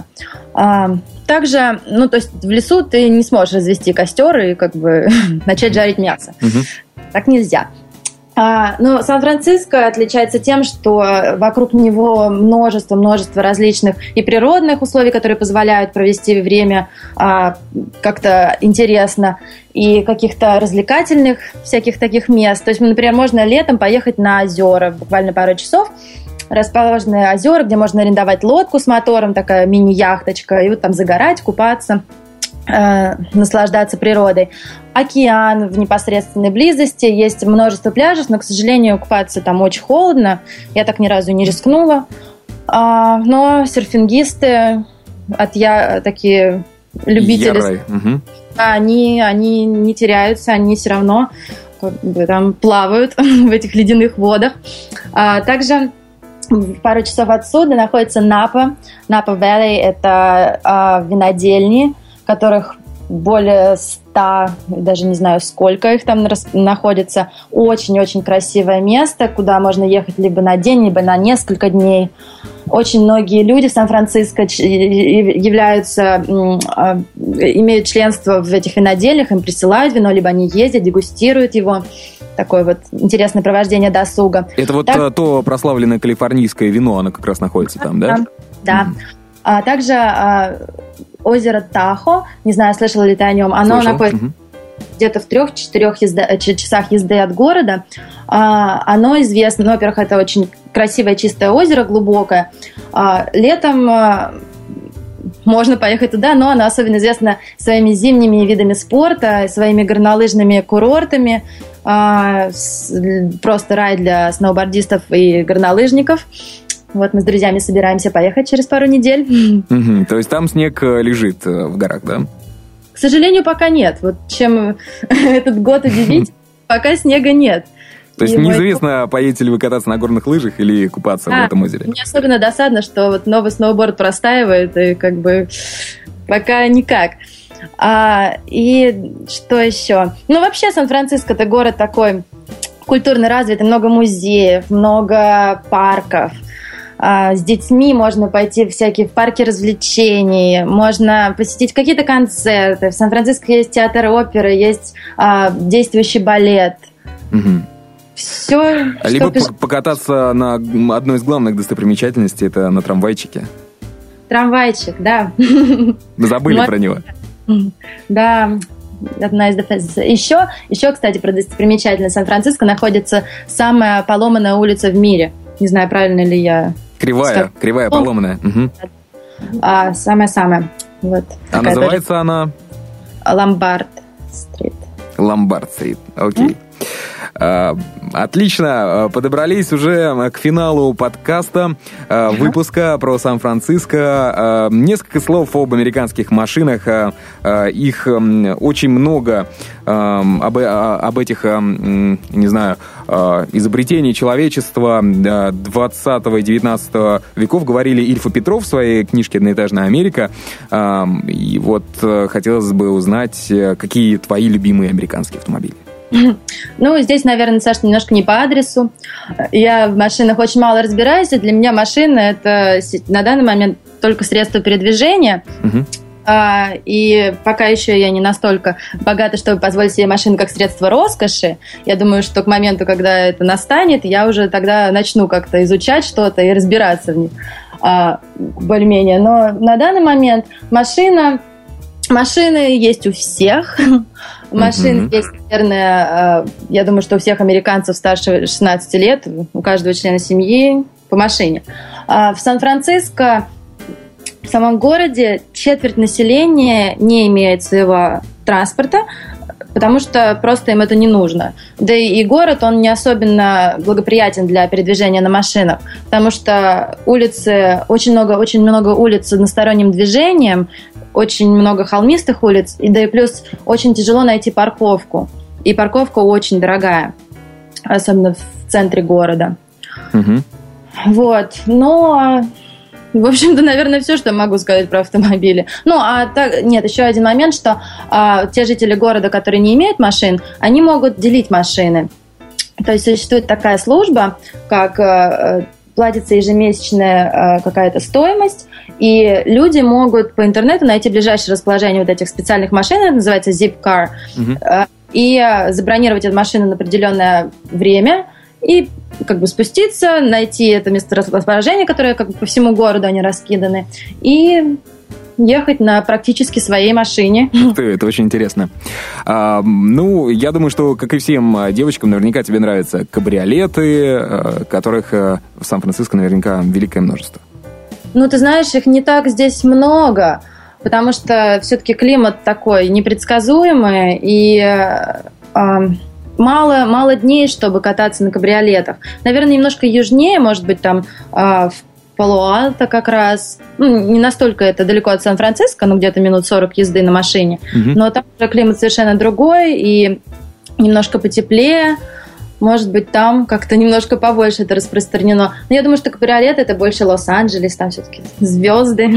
Также, ну, то есть в лесу ты не сможешь развести костер и как бы начать жарить мясо. Mm-hmm. Так нельзя. А, но Сан-Франциско отличается тем, что вокруг него множество-множество различных и природных условий, которые позволяют провести время а, как-то интересно, и каких-то развлекательных всяких таких мест. То есть, например, можно летом поехать на озера, буквально пару часов, расположенные озера, где можно арендовать лодку с мотором, такая мини-яхточка, и вот там загорать, купаться, э, наслаждаться природой. Океан в непосредственной близости, есть множество пляжей, но, к сожалению, купаться там очень холодно, я так ни разу не рискнула. А, но серфингисты, от я, такие любители, угу. они, они не теряются, они все равно как бы, там плавают в этих ледяных водах. А, также пару часов отсюда находится Напа. Напа Вэлли – это э, винодельни, которых более ста, даже не знаю, сколько их там находится. Очень-очень красивое место, куда можно ехать либо на день, либо на несколько дней. Очень многие люди в Сан-Франциско являются, имеют членство в этих винодельнях, им присылают вино, либо они ездят, дегустируют его. Такое вот интересное провождение досуга. Это вот так... то прославленное калифорнийское вино, оно как раз находится там, да? Да. Mm-hmm. А также а, озеро Тахо, не знаю, слышала ли ты о нем, оно Слышал. находится Mm-hmm. где-то в трех-четырех езда, часах езды от города. А, оно известно, ну, во-первых, это очень красивое чистое озеро, глубокое. А, летом а, можно поехать туда, но оно особенно известно своими зимними видами спорта, своими горнолыжными курортами. А, с, просто рай для сноубордистов и горнолыжников. Вот мы с друзьями собираемся поехать через пару недель. Угу, то есть там снег лежит в горах, да? К сожалению, пока нет. Вот чем этот год удивить, пока снега нет. То есть и неизвестно, мой... поедете ли вы кататься на горных лыжах или купаться а, в этом озере? Мне особенно досадно, что вот новый сноуборд простаивает, и как бы пока никак. А, и что еще? Ну, вообще, Сан-Франциско – это город такой культурно развитый, много музеев, много парков. А, с детьми можно пойти в всякие в парки развлечений, можно посетить какие-то концерты. В Сан-Франциско есть театр оперы, есть а, действующий балет. Угу. Все. Либо что... покататься на одной из главных достопримечательностей, это на трамвайчике. трамвайчик, да. Мы забыли про него. Да, одна из еще, еще, кстати, про достопримечательность. Сан-Франциско находится самая поломанная улица в мире. Не знаю, правильно ли я... Кривая, скажу. Кривая, поломанная. Угу. А, самая-самая. Вот, а называется тоже... она? Ломбард-стрит. Ломбард-стрит, окей. Mm? Отлично, подобрались уже к финалу подкаста, выпуска про Сан-Франциско. Несколько слов об американских машинах. Их очень много, об, об этих, не знаю, изобретений человечества двадцатого и девятнадцатого веков говорили Ильф и Петров в своей книжке «Одноэтажная Америка». И вот хотелось бы узнать, какие твои любимые американские автомобили? Ну, здесь, наверное, Саша, немножко не по адресу. Я в машинах очень мало разбираюсь, и для меня машина – это на данный момент только средство передвижения. Uh-huh. А, и пока еще я не настолько богата, чтобы позволить себе машину как средство роскоши. Я думаю, что к моменту, когда это настанет, я уже тогда начну как-то изучать что-то и разбираться в них а, более-менее. Но на данный момент машина... Машины есть у всех. Машины mm-hmm. есть, наверное, я думаю, что у всех американцев старше шестнадцати лет, у каждого члена семьи по машине. В Сан-Франциско, в самом городе, четверть населения не имеет своего транспорта, потому что просто им это не нужно. Да и город, он не особенно благоприятен для передвижения на машинах, потому что улицы, очень много, очень много улиц с односторонним движением, очень много холмистых улиц, и да и плюс очень тяжело найти парковку. И парковка очень дорогая, особенно в центре города. Угу. Вот, но... В общем-то, наверное, все, что я могу сказать про автомобили. Ну, а так, нет, еще один момент, что а, те жители города, которые не имеют машин, они могут делить машины. То есть существует такая служба, как а, платится ежемесячная а, какая-то стоимость, и люди могут по интернету найти ближайшее расположение вот этих специальных машин, это называется Zipcar, угу. а, и а, забронировать эту машину на определенное время, и как бы спуститься, найти это место расположения, которое как бы по всему городу они раскиданы, и ехать на практически своей машине. Ух ты, это очень интересно. А, ну, я думаю, что, как и всем девочкам, наверняка тебе нравятся кабриолеты, которых в Сан-Франциско наверняка великое множество. Ну, ты знаешь, их не так здесь много, потому что все-таки климат такой непредсказуемый, и... А, Мало, мало дней, чтобы кататься на кабриолетах. Наверное, немножко южнее, может быть, там э, в Пало-Альто как раз. Ну, не настолько это далеко от Сан-Франциско, ну, где-то минут сорок езды на машине. Mm-hmm. Но там уже климат совершенно другой и немножко потеплее. Может быть, там как-то немножко побольше это распространено. Но я думаю, что кабриолет – это больше Лос-Анджелес, там все-таки звезды.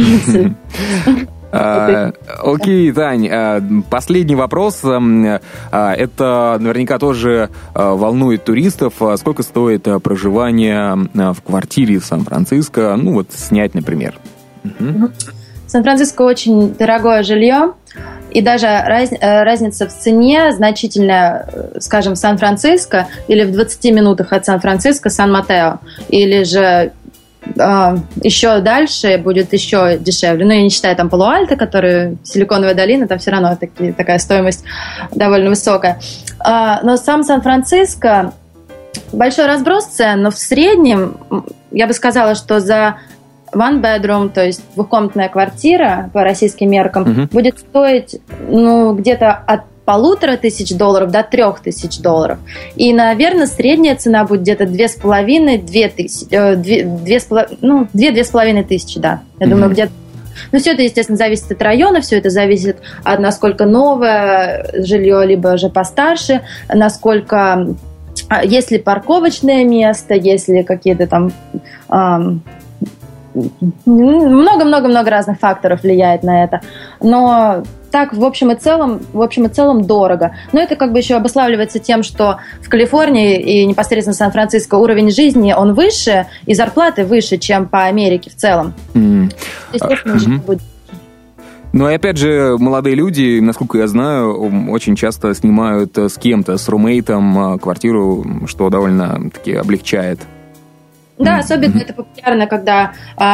А, окей, Тань, а, последний вопрос. А, это наверняка тоже а, волнует туристов. Сколько стоит а, проживание а, в квартире в Сан-Франциско? Ну, вот снять, например. Угу. Сан-Франциско очень дорогое жилье. И даже раз, разница в цене значительная, скажем, в Сан-Франциско или в двадцати минутах от Сан-Франциско Сан-Матео. Или же еще дальше будет еще дешевле. Ну, я не считаю там Пало-Альто, который Силиконовая долина, там все равно таки, такая стоимость довольно высокая. Но сам Сан-Франциско большой разброс цен, но в среднем я бы сказала, что за one bedroom, то есть двухкомнатная квартира по российским меркам, uh-huh. будет стоить ну, где-то от полутора тысяч долларов до трех тысяч долларов. И, наверное, средняя цена будет где-то две с половиной, две тысячи, э, две, две, с половиной, ну, две-две с половиной тысячи, да. Я mm-hmm. думаю, где-то. Но все это, естественно, зависит от района, все это зависит от насколько новое жилье, либо же постарше, насколько есть ли парковочное место, есть ли какие-то там эм, много-много-много разных факторов влияет на это. Но так, в общем и целом, в общем и целом дорого. Но это как бы еще обуславливается тем, что в Калифорнии и непосредственно в Сан-Франциско уровень жизни, он выше, и зарплаты выше, чем по Америке в целом. Mm. Естественно, mm-hmm. будет. Ну и опять же, молодые люди, насколько я знаю, очень часто снимают с кем-то, с румейтом квартиру, что довольно-таки облегчает. Да, mm-hmm. особенно mm-hmm. это популярно, когда...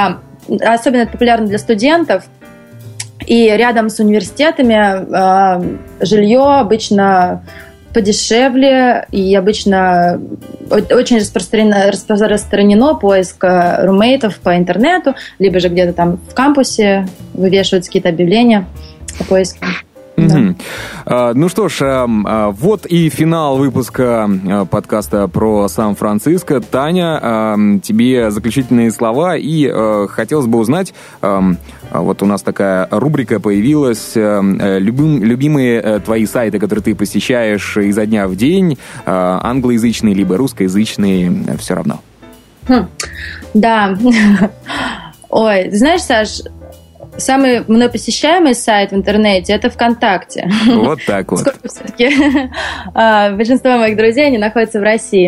особенно это популярно для студентов. И рядом с университетами э, жилье обычно подешевле, и обычно очень распространено, распространено поиск румейтов по интернету, либо же где-то там в кампусе вывешиваются какие-то объявления о поиске. Mm-hmm. Да. А, ну что ж, а, а, вот и финал выпуска а, подкаста про Сан-Франциско. Таня, а, тебе заключительные слова, и а, хотелось бы узнать, а, вот у нас такая рубрика появилась, а, любим, любимые а, твои сайты, которые ты посещаешь изо дня в день, а, англоязычные либо русскоязычные, все равно. Хм. Да. Ой, знаешь, Саш, самый мной посещаемый сайт в интернете – это ВКонтакте. Вот так вот. Поскольку все-таки большинство моих друзей, они находятся в России.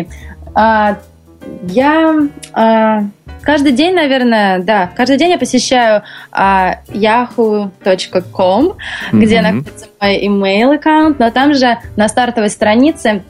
Я каждый день, наверное, да, каждый день я посещаю яху точка ком, где находится мой email аккаунт, но там же на стартовой странице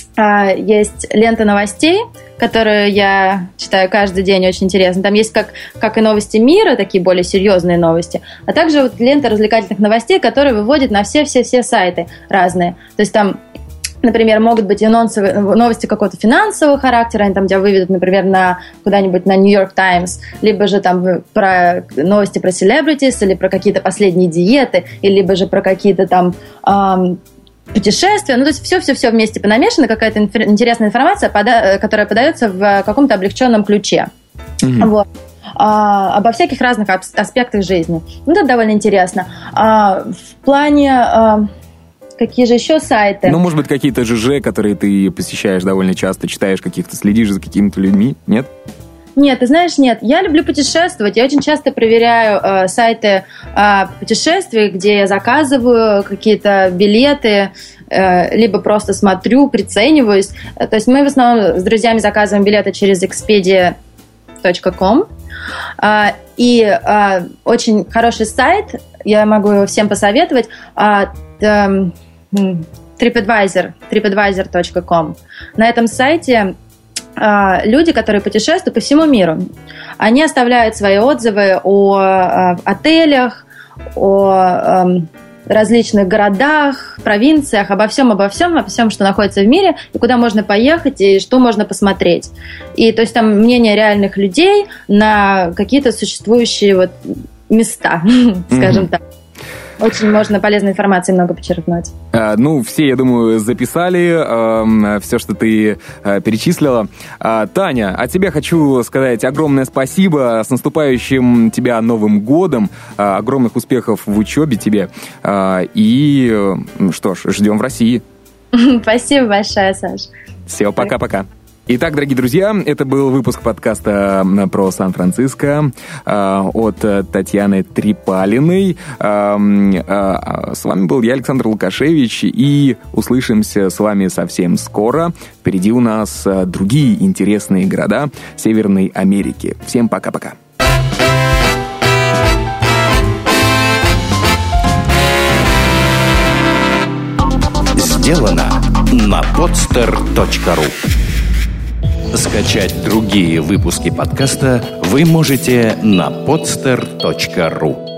есть лента новостей, которую я читаю каждый день, очень интересно. Там есть как, как и новости мира, такие более серьезные новости, а также вот лента развлекательных новостей, которые выводят на все-все-все сайты разные. То есть там, например, могут быть анонсы, новости какого-то финансового характера, они там тебя выведут, например, на куда-нибудь на New York Times, либо же там про новости про celebrities, или про какие-то последние диеты, или либо же про какие-то там эм, путешествия, ну, то есть все-все-все вместе понамешано, какая-то инф- интересная информация, пода- которая подается в каком-то облегченном ключе. Mm-hmm. Вот. А, обо всяких разных аспектах жизни. Ну, это довольно интересно. А, в плане... А, какие же еще сайты? Ну, может быть, какие-то ЖЖ, которые ты посещаешь довольно часто, читаешь каких-то, следишь за какими-то людьми, нет? Нет, ты знаешь, нет. Я люблю путешествовать. Я очень часто проверяю э, сайты э, путешествий, где я заказываю какие-то билеты, э, либо просто смотрю, прицениваюсь. То есть мы в основном с друзьями заказываем билеты через экспедия точка ком. Э, и э, очень хороший сайт, я могу его всем посоветовать, э, э, TripAdvisor, TripAdvisor точка ком. На этом сайте люди, которые путешествуют по всему миру, они оставляют свои отзывы о, о отелях, о, о различных городах, провинциях, обо всем, обо всем, обо всем, что находится в мире, и куда можно поехать, и что можно посмотреть. И то есть там мнение реальных людей на какие-то существующие вот места, скажем так. Очень можно полезной информации много почерпнуть. А, ну, все, я думаю, записали э, все, что ты э, перечислила. А, Таня, от тебя хочу сказать огромное спасибо. С наступающим тебя Новым годом. А, огромных успехов в учебе тебе. А, и, э, что ж, ждем в России. Спасибо большое, Саш. Все, пока-пока. Итак, дорогие друзья, это был выпуск подкаста про Сан-Франциско от Татьяны Трипалиной. С вами был я, Александр Лукашевич, и услышимся с вами совсем скоро. Впереди у нас другие интересные города Северной Америки. Всем пока-пока. Сделано на подстер точка ру. Скачать другие выпуски подкаста вы можете на подстер точка ру.